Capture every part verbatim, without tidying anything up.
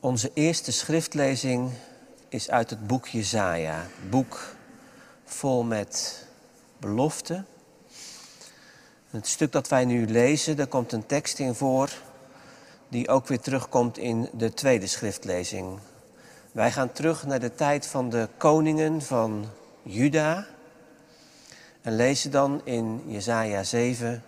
Onze eerste schriftlezing is uit het boek Jesaja. Boek vol met beloften. Het stuk dat wij nu lezen, daar komt een tekst in voor die ook weer terugkomt in de tweede schriftlezing. Wij gaan terug naar de tijd van de koningen van Juda en lezen dan in Jesaja zeven.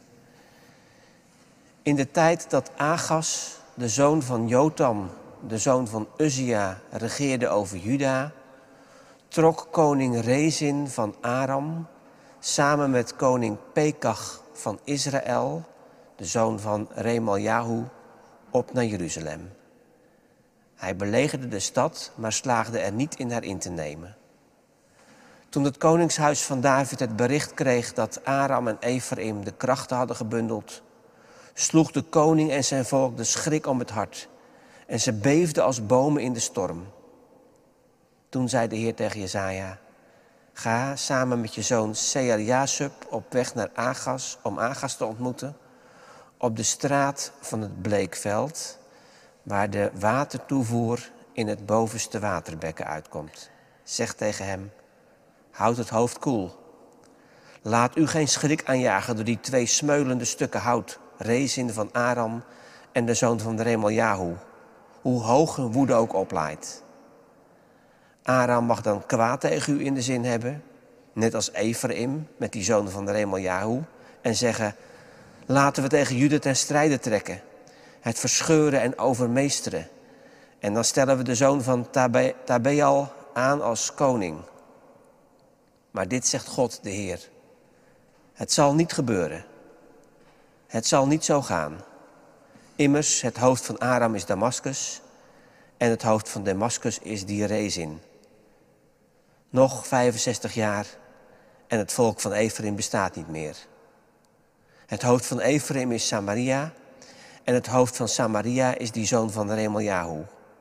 In de tijd dat Agas, de zoon van Jotam, de zoon van Uzia, regeerde over Juda, trok koning Rezin van Aram samen met koning Pekach van Israël, de zoon van Remaljahu, op naar Jeruzalem. Hij belegerde de stad, maar slaagde er niet in haar in te nemen. Toen het koningshuis van David het bericht kreeg dat Aram en Ephraim de krachten hadden gebundeld, sloeg de koning en zijn volk de schrik om het hart en ze beefden als bomen in de storm. Toen zei de Heer tegen Jesaja: ga samen met je zoon Sear-Jasub op weg naar Agas om Agas te ontmoeten op de straat van het Bleekveld, waar de watertoevoer in het bovenste waterbekken uitkomt. Zeg tegen hem: houd het hoofd koel. Laat u geen schrik aanjagen door die twee smeulende stukken hout, Rezin van Aram en de zoon van Remaljahu, hoe hoog hun woede ook oplaait. Aram mag dan kwaad tegen u in de zin hebben, net als Ephraim met die zoon van Remaljahu, en zeggen: laten we tegen Juda ten strijde trekken, het verscheuren en overmeesteren. En dan stellen we de zoon van Tabe- Tabeal aan als koning. Maar dit zegt God, de Heer: het zal niet gebeuren. Het zal niet zo gaan. Immers, het hoofd van Aram is Damascus en het hoofd van Damascus is die Rezin. Nog vijfenzestig jaar en het volk van Ephraim bestaat niet meer. Het hoofd van Ephraim is Samaria en het hoofd van Samaria is die zoon van Remaljahu.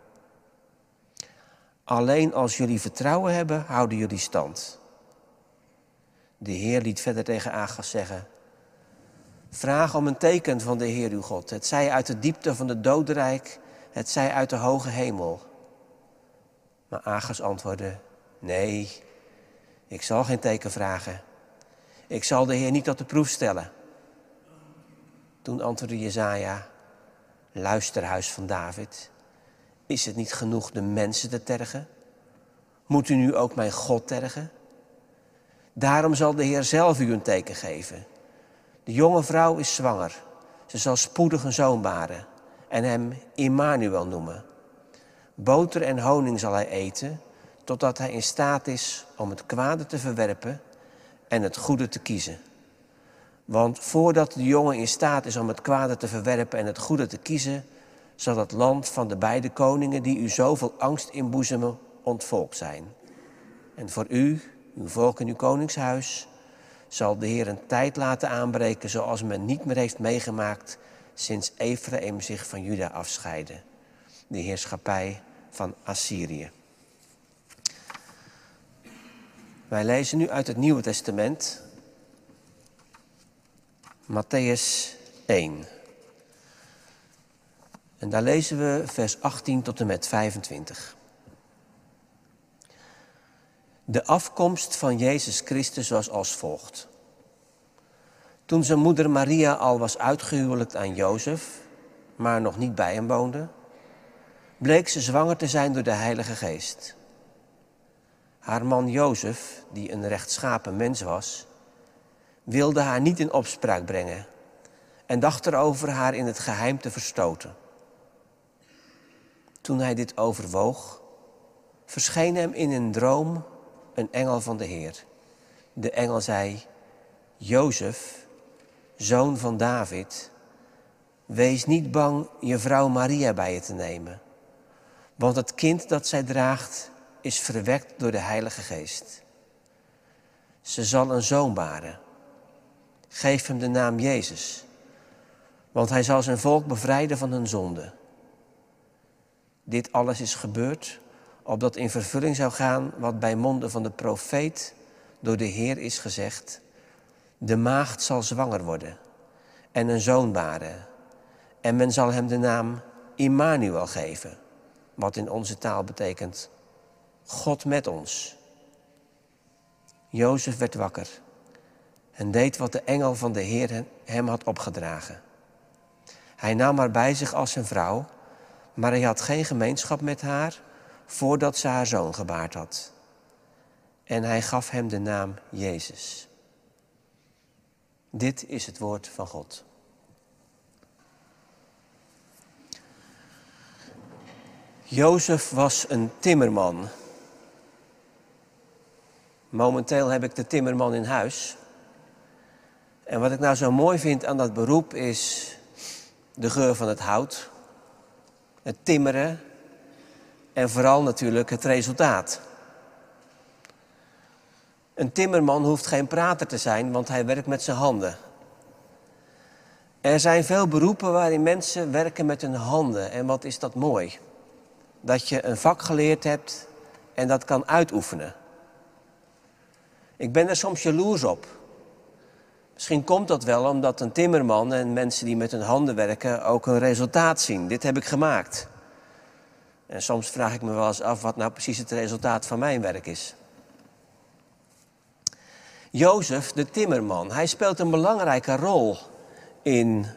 Alleen als jullie vertrouwen hebben, houden jullie stand. De Heer liet verder tegen Agas zeggen: vraag om een teken van de Heer uw God. Het zij uit de diepte van het dodenrijk, het zij uit de hoge hemel. Maar Agas antwoordde: nee, ik zal geen teken vragen. Ik zal de Heer niet op de proef stellen. Toen antwoordde Jesaja: luister, huis van David. Is het niet genoeg de mensen te tergen? Moet u nu ook mijn God tergen? Daarom zal de Heer zelf u een teken geven. De jonge vrouw is zwanger. Ze zal spoedig een zoon baren en hem Immanuel noemen. Boter en honing zal hij eten, totdat hij in staat is om het kwade te verwerpen en het goede te kiezen. Want voordat de jongen in staat is om het kwade te verwerpen en het goede te kiezen, zal het land van de beide koningen die u zoveel angst inboezemen ontvolkt zijn. En voor u, uw volk en uw koningshuis, zal de Heer een tijd laten aanbreken zoals men niet meer heeft meegemaakt sinds Ephraim zich van Juda afscheidde, de heerschappij van Assyrië. Wij lezen nu uit het Nieuwe Testament, Mattheüs één. En daar lezen we vers achttien tot en met vijfentwintig. De afkomst van Jezus Christus was als volgt. Toen zijn moeder Maria al was uitgehuwelijkt aan Jozef, maar nog niet bij hem woonde, bleek ze zwanger te zijn door de Heilige Geest. Haar man Jozef, die een rechtschapen mens was, wilde haar niet in opspraak brengen en dacht erover haar in het geheim te verstoten. Toen hij dit overwoog, verscheen hem in een droom een engel van de Heer. De engel zei: Jozef, zoon van David, wees niet bang je vrouw Maria bij je te nemen, want het kind dat zij draagt is verwekt door de Heilige Geest. Ze zal een zoon baren. Geef hem de naam Jezus, want hij zal zijn volk bevrijden van hun zonde. Dit alles is gebeurd, opdat in vervulling zou gaan wat bij monden van de profeet door de Heer is gezegd: de maagd zal zwanger worden en een zoon baren, en men zal hem de naam Immanuel geven, wat in onze taal betekent God met ons. Jozef werd wakker en deed wat de engel van de Heer hem had opgedragen. Hij nam haar bij zich als zijn vrouw, maar hij had geen gemeenschap met haar voordat ze haar zoon gebaard had. En hij gaf hem de naam Jezus. Dit is het woord van God. Jozef was een timmerman. Momenteel heb ik de timmerman in huis. En wat ik nou zo mooi vind aan dat beroep is de geur van het hout, het timmeren en vooral natuurlijk het resultaat. Een timmerman hoeft geen prater te zijn, want hij werkt met zijn handen. Er zijn veel beroepen waarin mensen werken met hun handen. En wat is dat mooi. Dat je een vak geleerd hebt en dat kan uitoefenen. Ik ben er soms jaloers op. Misschien komt dat wel omdat een timmerman en mensen die met hun handen werken ook een resultaat zien. Dit heb ik gemaakt. En soms vraag ik me wel eens af wat nou precies het resultaat van mijn werk is. Jozef, de timmerman, hij speelt een belangrijke rol in uh,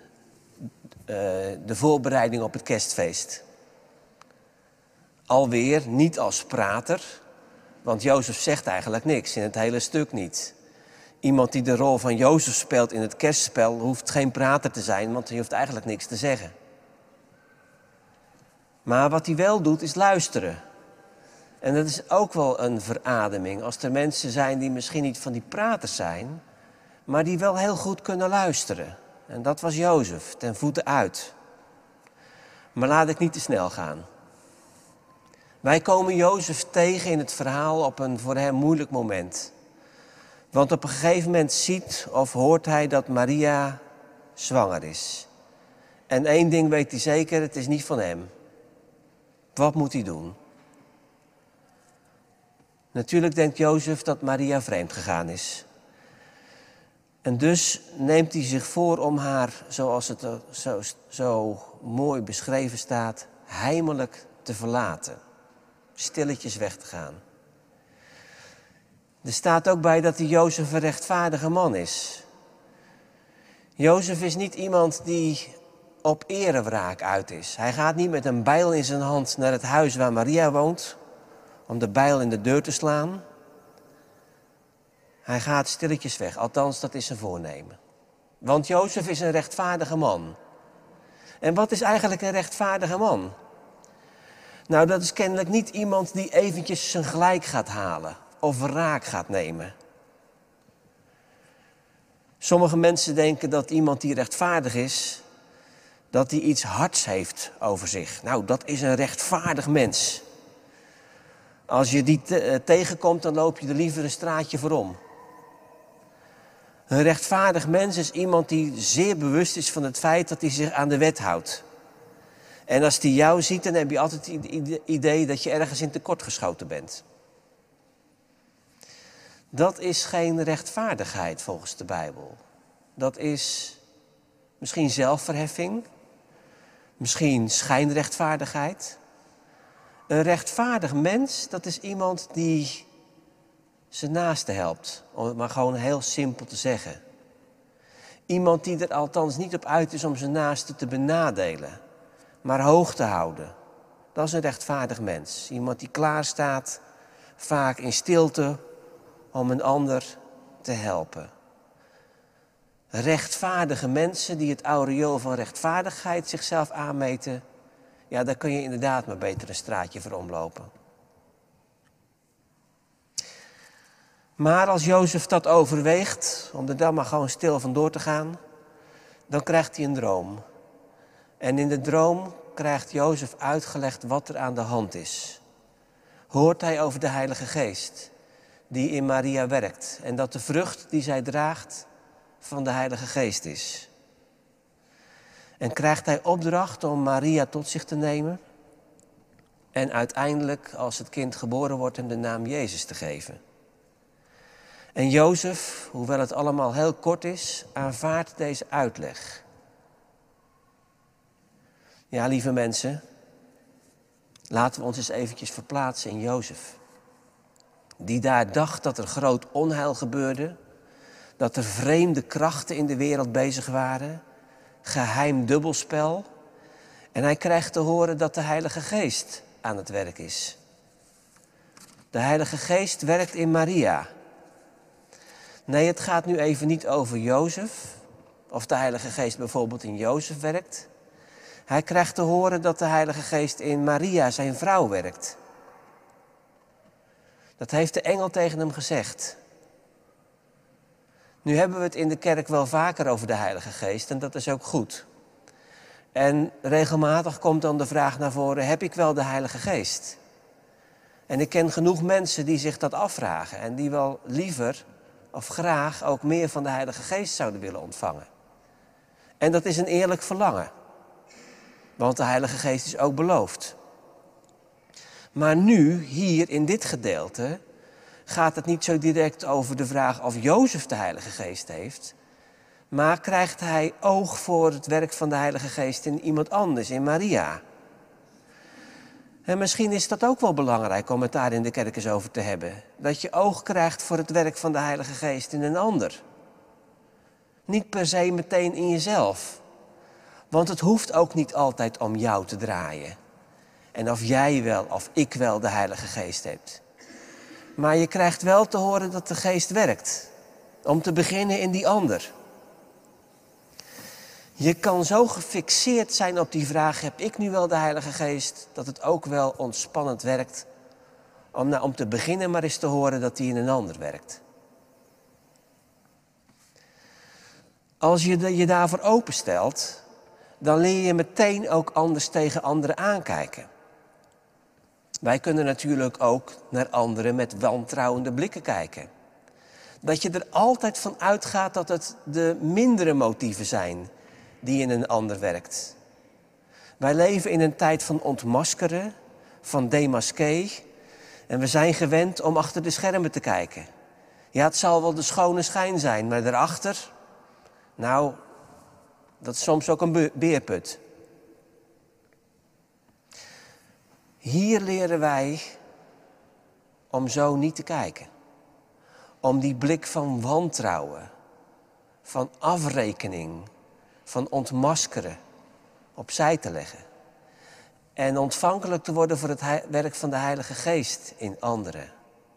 de voorbereiding op het kerstfeest. Alweer niet als prater, want Jozef zegt eigenlijk niks, in het hele stuk niet. Iemand die de rol van Jozef speelt in het kerstspel hoeft geen prater te zijn, want hij hoeft eigenlijk niks te zeggen. Maar wat hij wel doet is luisteren. En dat is ook wel een verademing als er mensen zijn die misschien niet van die praters zijn, maar die wel heel goed kunnen luisteren. En dat was Jozef, ten voeten uit. Maar laat ik niet te snel gaan. Wij komen Jozef tegen in het verhaal op een voor hem moeilijk moment. Want op een gegeven moment ziet of hoort hij dat Maria zwanger is. En één ding weet hij zeker, het is niet van hem. Wat moet hij doen? Natuurlijk denkt Jozef dat Maria vreemd gegaan is. En dus neemt hij zich voor om haar, zoals het zo, zo mooi beschreven staat, heimelijk te verlaten. Stilletjes weg te gaan. Er staat ook bij dat die Jozef een rechtvaardige man is. Jozef is niet iemand die op erewraak uit is. Hij gaat niet met een bijl in zijn hand naar het huis waar Maria woont, om de bijl in de deur te slaan. Hij gaat stilletjes weg, althans dat is zijn voornemen. Want Jozef is een rechtvaardige man. En wat is eigenlijk een rechtvaardige man? Nou, dat is kennelijk niet iemand die eventjes zijn gelijk gaat halen of wraak gaat nemen. Sommige mensen denken dat iemand die rechtvaardig is, dat hij iets hards heeft over zich. Nou, dat is een rechtvaardig mens. Als je die te- tegenkomt, dan loop je er liever een straatje voor om. Een rechtvaardig mens is iemand die zeer bewust is van het feit dat hij zich aan de wet houdt. En als hij jou ziet, dan heb je altijd het idee dat je ergens in tekort geschoten bent. Dat is geen rechtvaardigheid volgens de Bijbel. Dat is misschien zelfverheffing, misschien schijnrechtvaardigheid. Een rechtvaardig mens, dat is iemand die zijn naaste helpt, om het maar gewoon heel simpel te zeggen. Iemand die er althans niet op uit is om zijn naaste te benadelen, maar hoog te houden. Dat is een rechtvaardig mens. Iemand die klaar staat, vaak in stilte, om een ander te helpen. Rechtvaardige mensen die het aureool van rechtvaardigheid zichzelf aanmeten, ja, daar kun je inderdaad maar beter een straatje voor omlopen. Maar als Jozef dat overweegt, om er dan maar gewoon stil vandoor te gaan, dan krijgt hij een droom. En in de droom krijgt Jozef uitgelegd wat er aan de hand is. Hoort hij over de Heilige Geest, die in Maria werkt. En dat de vrucht die zij draagt van de Heilige Geest is. En krijgt hij opdracht om Maria tot zich te nemen. En uiteindelijk, als het kind geboren wordt, hem de naam Jezus te geven. En Jozef, hoewel het allemaal heel kort is, aanvaardt deze uitleg. Ja, lieve mensen, Laten we ons eens eventjes verplaatsen in Jozef. Die daar dacht dat er groot onheil gebeurde. Dat er vreemde krachten in de wereld bezig waren. Geheim dubbelspel. En hij krijgt te horen dat de Heilige Geest aan het werk is. De Heilige Geest werkt in Maria. Nee, het gaat nu even niet over Jozef. Of de Heilige Geest bijvoorbeeld in Jozef werkt. Hij krijgt te horen dat de Heilige Geest in Maria, zijn vrouw, werkt. Dat heeft de engel tegen hem gezegd. Nu hebben we het in de kerk wel vaker over de Heilige Geest en dat is ook goed. En regelmatig komt dan de vraag naar voren, heb ik wel de Heilige Geest? En ik ken genoeg mensen die zich dat afvragen en die wel liever of graag ook meer van de Heilige Geest zouden willen ontvangen. En dat is een eerlijk verlangen, want de Heilige Geest is ook beloofd. Maar nu, hier in dit gedeelte, gaat het niet zo direct over de vraag of Jozef de Heilige Geest heeft, maar krijgt hij oog voor het werk van de Heilige Geest in iemand anders, in Maria. En misschien is dat ook wel belangrijk om het daar in de kerk eens over te hebben. Dat je oog krijgt voor het werk van de Heilige Geest in een ander. Niet per se meteen in jezelf. Want het hoeft ook niet altijd om jou te draaien. En of jij wel of ik wel de Heilige Geest hebt. Maar je krijgt wel te horen dat de Geest werkt. Om te beginnen in die ander. Je kan zo gefixeerd zijn op die vraag, heb ik nu wel de Heilige Geest? Dat het ook wel ontspannend werkt. Om, nou, om te beginnen maar eens te horen dat die in een ander werkt. Als je de, je daarvoor openstelt, dan leer je meteen ook anders tegen anderen aankijken. Wij kunnen natuurlijk ook naar anderen met wantrouwende blikken kijken. Dat je er altijd van uitgaat dat het de mindere motieven zijn die in een ander werkt. Wij leven in een tijd van ontmaskeren, van démasqué. En we zijn gewend om achter de schermen te kijken. Ja, het zal wel de schone schijn zijn, maar daarachter, nou, dat is soms ook een beerput. Hier leren wij om zo niet te kijken. Om die blik van wantrouwen, van afrekening, van ontmaskeren opzij te leggen. En ontvankelijk te worden voor het werk van de Heilige Geest in anderen.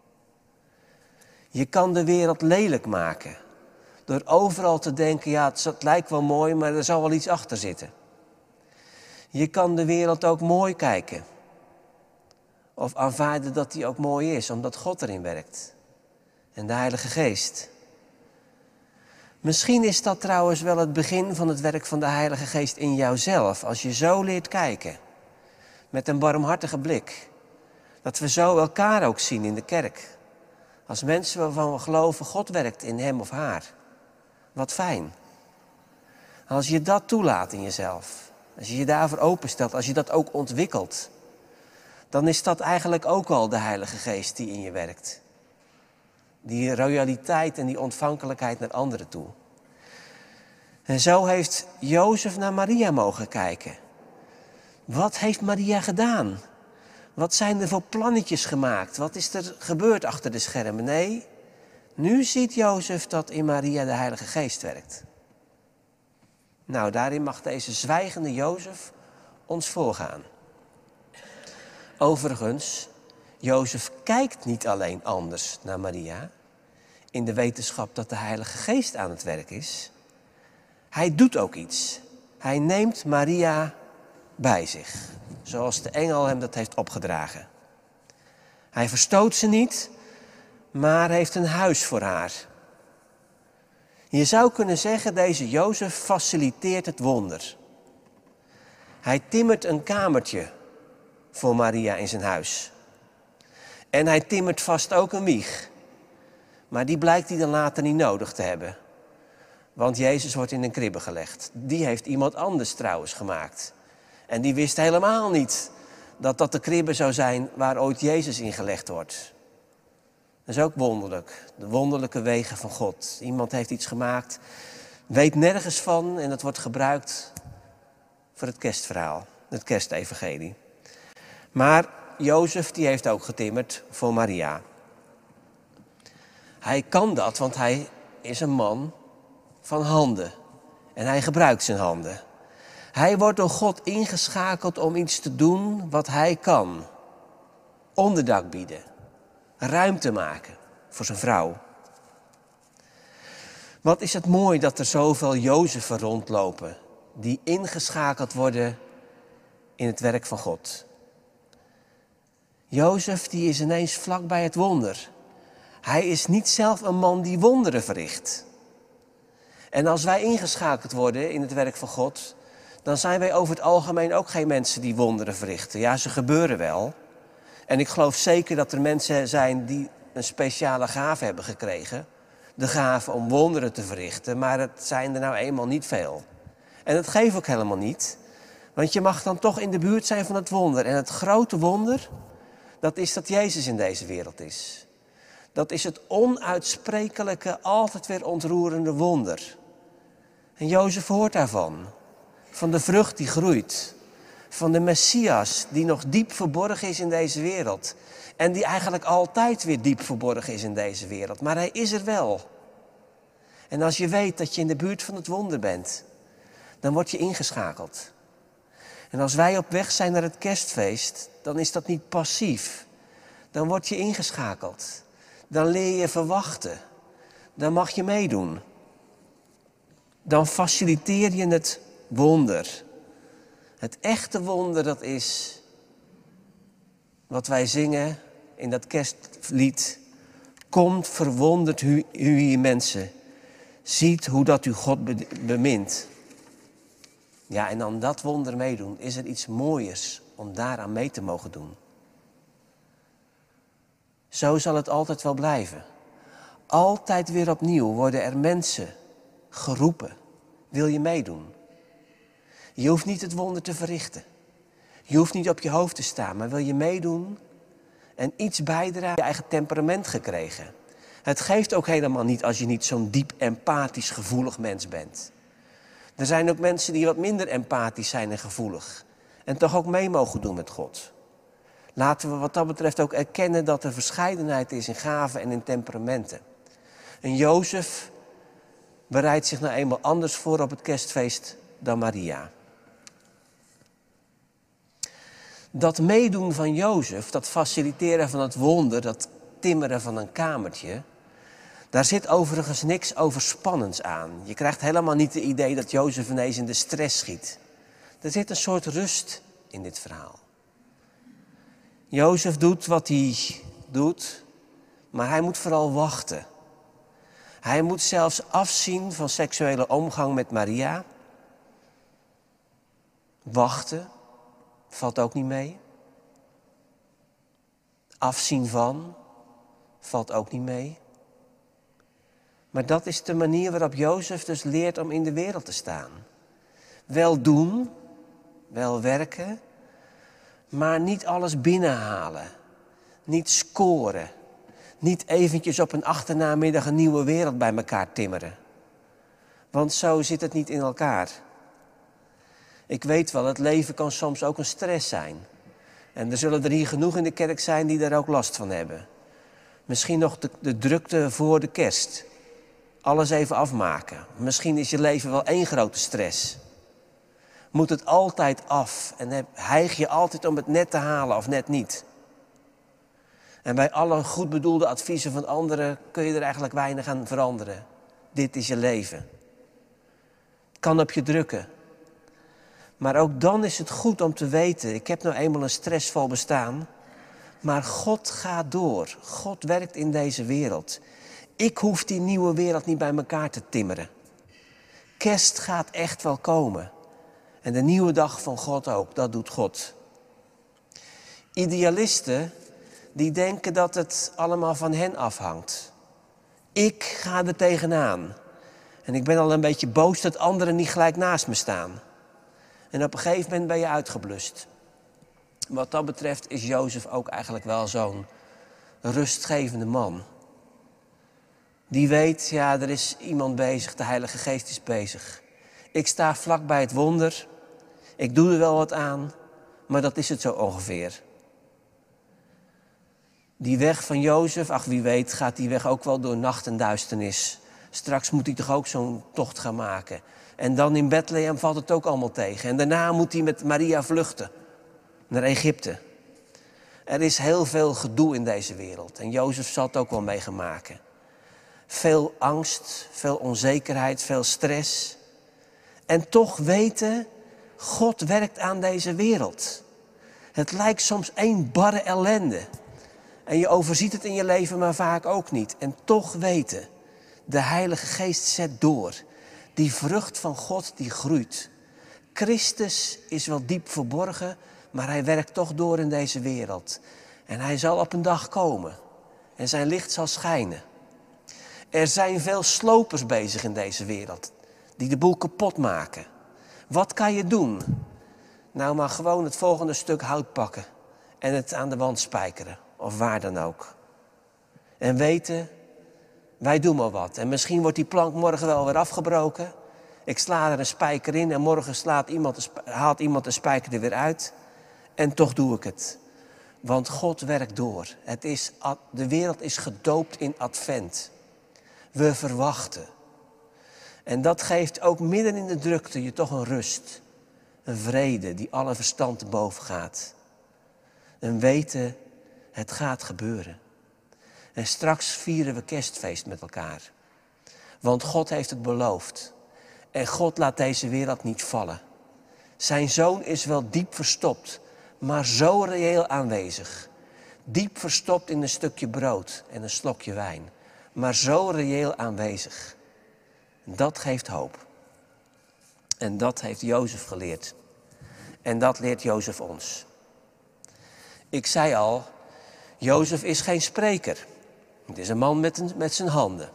Je kan de wereld lelijk maken. Door overal te denken, ja, het lijkt wel mooi, maar er zal wel iets achter zitten. Je kan de wereld ook mooi kijken. Of aanvaarden dat die ook mooi is, omdat God erin werkt. En de Heilige Geest. Misschien is dat trouwens wel het begin van het werk van de Heilige Geest in jouzelf. Als je zo leert kijken. Met een barmhartige blik. Dat we zo elkaar ook zien in de kerk. Als mensen waarvan we geloven, God werkt in hem of haar. Wat fijn. Als je dat toelaat in jezelf. Als je je daarvoor openstelt. Als je dat ook ontwikkelt. Dan is dat eigenlijk ook al de Heilige Geest die in je werkt. Die royaliteit en die ontvankelijkheid naar anderen toe. En zo heeft Jozef naar Maria mogen kijken. Wat heeft Maria gedaan? Wat zijn er voor plannetjes gemaakt? Wat is er gebeurd achter de schermen? Nee, nu ziet Jozef dat in Maria de Heilige Geest werkt. Nou, daarin mag deze zwijgende Jozef ons voorgaan. Overigens, Jozef kijkt niet alleen anders naar Maria, in de wetenschap dat de Heilige Geest aan het werk is. Hij doet ook iets. Hij neemt Maria bij zich, zoals de engel hem dat heeft opgedragen. Hij verstoot ze niet, maar heeft een huis voor haar. Je zou kunnen zeggen, deze Jozef faciliteert het wonder. Hij timmert een kamertje voor Maria in zijn huis. En hij timmert vast ook een wieg. Maar die blijkt hij dan later niet nodig te hebben. Want Jezus wordt in een kribbe gelegd. Die heeft iemand anders trouwens gemaakt. En die wist helemaal niet dat dat de kribbe zou zijn waar ooit Jezus in gelegd wordt. Dat is ook wonderlijk. De wonderlijke wegen van God. Iemand heeft iets gemaakt, weet nergens van en dat wordt gebruikt voor het kerstverhaal. Het kerstevangelie. Maar Jozef die heeft ook getimmerd voor Maria. Hij kan dat, want hij is een man van handen. En hij gebruikt zijn handen. Hij wordt door God ingeschakeld om iets te doen wat hij kan. Onderdak bieden. Ruimte maken voor zijn vrouw. Wat is het mooi dat er zoveel Jozefen rondlopen. Die ingeschakeld worden in het werk van God. Jozef die is ineens vlak bij het wonder. Hij is niet zelf een man die wonderen verricht. En als wij ingeschakeld worden in het werk van God, dan zijn wij over het algemeen ook geen mensen die wonderen verrichten. Ja, ze gebeuren wel. En ik geloof zeker dat er mensen zijn die een speciale gave hebben gekregen. De gave om wonderen te verrichten, maar het zijn er nou eenmaal niet veel. En dat geeft ook helemaal niet. Want je mag dan toch in de buurt zijn van het wonder. En het grote wonder, dat is dat Jezus in deze wereld is. Dat is het onuitsprekelijke, altijd weer ontroerende wonder. En Jozef hoort daarvan. Van de vrucht die groeit. Van de Messias die nog diep verborgen is in deze wereld. En die eigenlijk altijd weer diep verborgen is in deze wereld. Maar hij is er wel. En als je weet dat je in de buurt van het wonder bent, dan word je ingeschakeld. En als wij op weg zijn naar het kerstfeest, dan is dat niet passief. Dan word je ingeschakeld. Dan leer je verwachten. Dan mag je meedoen. Dan faciliteer je het wonder. Het echte wonder, dat is wat wij zingen in dat kerstlied. Komt verwonderd u, u hier mensen. Ziet hoe dat u God be- bemint. Ja, en dan dat wonder meedoen. Is er iets mooiers om daaraan mee te mogen doen? Zo zal het altijd wel blijven. Altijd weer opnieuw worden er mensen geroepen. Wil je meedoen? Je hoeft niet het wonder te verrichten. Je hoeft niet op je hoofd te staan, maar wil je meedoen en iets bijdragen, je eigen temperament gekregen. Het geeft ook helemaal niet als je niet zo'n diep empathisch gevoelig mens bent. Er zijn ook mensen die wat minder empathisch zijn en gevoelig. En toch ook mee mogen doen met God. Laten we wat dat betreft ook erkennen dat er verscheidenheid is in gaven en in temperamenten. En Jozef bereidt zich nou eenmaal anders voor op het kerstfeest dan Maria. Dat meedoen van Jozef, dat faciliteren van het wonder, dat timmeren van een kamertje, daar zit overigens niks overspannends aan. Je krijgt helemaal niet het idee dat Jozef ineens in de stress schiet. Er zit een soort rust in dit verhaal. Jozef doet wat hij doet, maar hij moet vooral wachten. Hij moet zelfs afzien van seksuele omgang met Maria. Wachten valt ook niet mee. Afzien van valt ook niet mee. Maar dat is de manier waarop Jozef dus leert om in de wereld te staan. Wel doen, wel werken, maar niet alles binnenhalen. Niet scoren. Niet eventjes op een achternamiddag een nieuwe wereld bij elkaar timmeren. Want zo zit het niet in elkaar. Ik weet wel, het leven kan soms ook een stress zijn. En er zullen er hier genoeg in de kerk zijn die daar ook last van hebben. Misschien nog de, de drukte voor de kerst. Alles even afmaken. Misschien is je leven wel één grote stress. Moet het altijd af en heb, hijg je altijd om het net te halen of net niet. En bij alle goed bedoelde adviezen van anderen kun je er eigenlijk weinig aan veranderen. Dit is je leven. Het kan op je drukken. Maar ook dan is het goed om te weten, ik heb nou eenmaal een stressvol bestaan. Maar God gaat door. God werkt in deze wereld. Ik hoef die nieuwe wereld niet bij elkaar te timmeren. Kerst gaat echt wel komen. En de nieuwe dag van God ook, dat doet God. Idealisten, die denken dat het allemaal van hen afhangt. Ik ga er tegenaan. En ik ben al een beetje boos dat anderen niet gelijk naast me staan. En op een gegeven moment ben je uitgeblust. Wat dat betreft is Jozef ook eigenlijk wel zo'n rustgevende man. Die weet, ja, er is iemand bezig, de Heilige Geest is bezig. Ik sta vlak bij het wonder. Ik doe er wel wat aan, maar dat is het zo ongeveer. Die weg van Jozef, ach wie weet, gaat die weg ook wel door nacht en duisternis. Straks moet hij toch ook zo'n tocht gaan maken. En dan in Bethlehem valt het ook allemaal tegen. En daarna moet hij met Maria vluchten naar Egypte. Er is heel veel gedoe in deze wereld. En Jozef zal het ook wel meegemaken. Veel angst, veel onzekerheid, veel stress. En toch weten, God werkt aan deze wereld. Het lijkt soms één barre ellende. En je overziet het in je leven, maar vaak ook niet. En toch weten, de Heilige Geest zet door. Die vrucht van God die groeit. Christus is wel diep verborgen, maar hij werkt toch door in deze wereld. En hij zal op een dag komen. En zijn licht zal schijnen. Er zijn veel slopers bezig in deze wereld. Die de boel kapot maken. Wat kan je doen? Nou, maar gewoon het volgende stuk hout pakken. En het aan de wand spijkeren. Of waar dan ook. En weten, wij doen maar wat. En misschien wordt die plank morgen wel weer afgebroken. Ik sla er een spijker in en morgen slaat iemand de sp- haalt iemand de spijker er weer uit. En toch doe ik het. Want God werkt door. Het is, de wereld is gedoopt in advent. We verwachten. En dat geeft ook midden in de drukte je toch een rust. Een vrede die alle verstand te boven gaat. Een weten, het gaat gebeuren. En straks vieren we kerstfeest met elkaar. Want God heeft het beloofd. En God laat deze wereld niet vallen. Zijn zoon is wel diep verstopt, maar zo reëel aanwezig. Diep verstopt in een stukje brood en een slokje wijn. Maar zo reëel aanwezig. Dat geeft hoop. En dat heeft Jozef geleerd. En dat leert Jozef ons. Ik zei al, Jozef is geen spreker. Het is een man met, een, met zijn handen.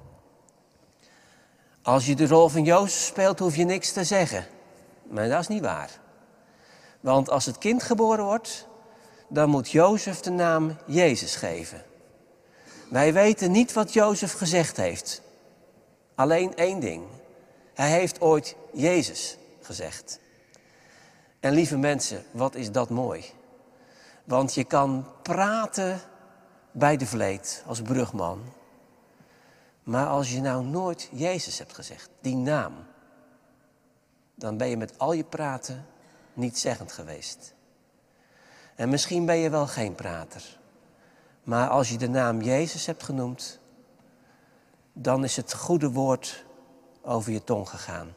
Als je de rol van Jozef speelt, hoef je niks te zeggen. Maar dat is niet waar. Want als het kind geboren wordt, dan moet Jozef de naam Jezus geven. Wij weten niet wat Jozef gezegd heeft. Alleen één ding. Hij heeft ooit Jezus gezegd. En lieve mensen, wat is dat mooi. Want je kan praten bij de vleet als brugman. Maar als je nou nooit Jezus hebt gezegd, die naam, dan ben je met al je praten nietzeggend geweest. En misschien ben je wel geen prater. Maar als je de naam Jezus hebt genoemd, dan is het goede woord over je tong gegaan.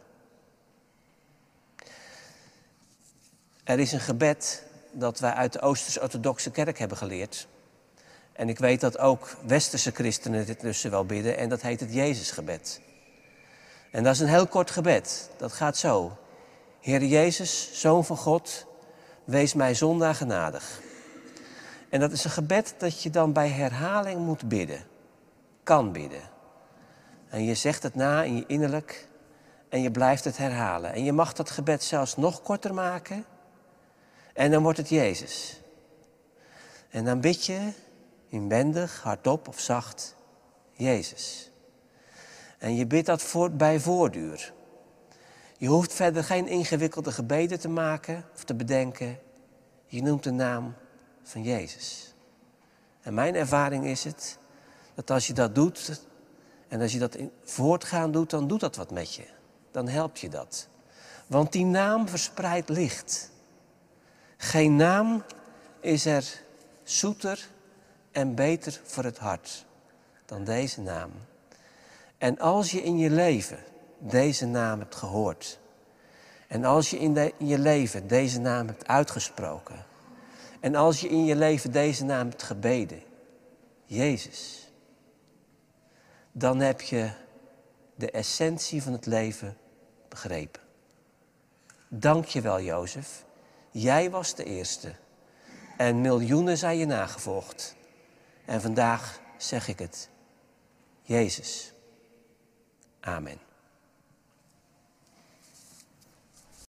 Er is een gebed dat wij uit de Oosters-orthodoxe kerk hebben geleerd. En ik weet dat ook westerse christenen dit tussen wel bidden. En dat heet het Jezusgebed. En dat is een heel kort gebed. Dat gaat zo. Heere Jezus, Zoon van God, wees mij zondaar genadig. En dat is een gebed dat je dan bij herhaling moet bidden. Kan bidden. En je zegt het na in je innerlijk. En je blijft het herhalen. En je mag dat gebed zelfs nog korter maken. En dan wordt het Jezus. En dan bid je inwendig, hardop of zacht, Jezus. En je bidt dat voort bij voortduur. Je hoeft verder geen ingewikkelde gebeden te maken of te bedenken. Je noemt de naam van Jezus. En mijn ervaring is het, dat als je dat doet, en als je dat in voortgaan doet, dan doet dat wat met je. Dan helpt je dat. Want die naam verspreidt licht. Geen naam is er zoeter en beter voor het hart dan deze naam. En als je in je leven deze naam hebt gehoord. En als je in, de, in je leven deze naam hebt uitgesproken. En als je in je leven deze naam hebt gebeden. Jezus. Dan heb je de essentie van het leven begrepen. Dank je wel, Jozef. Jij was de eerste. En miljoenen zijn je nagevolgd. En vandaag zeg ik het. Jezus. Amen.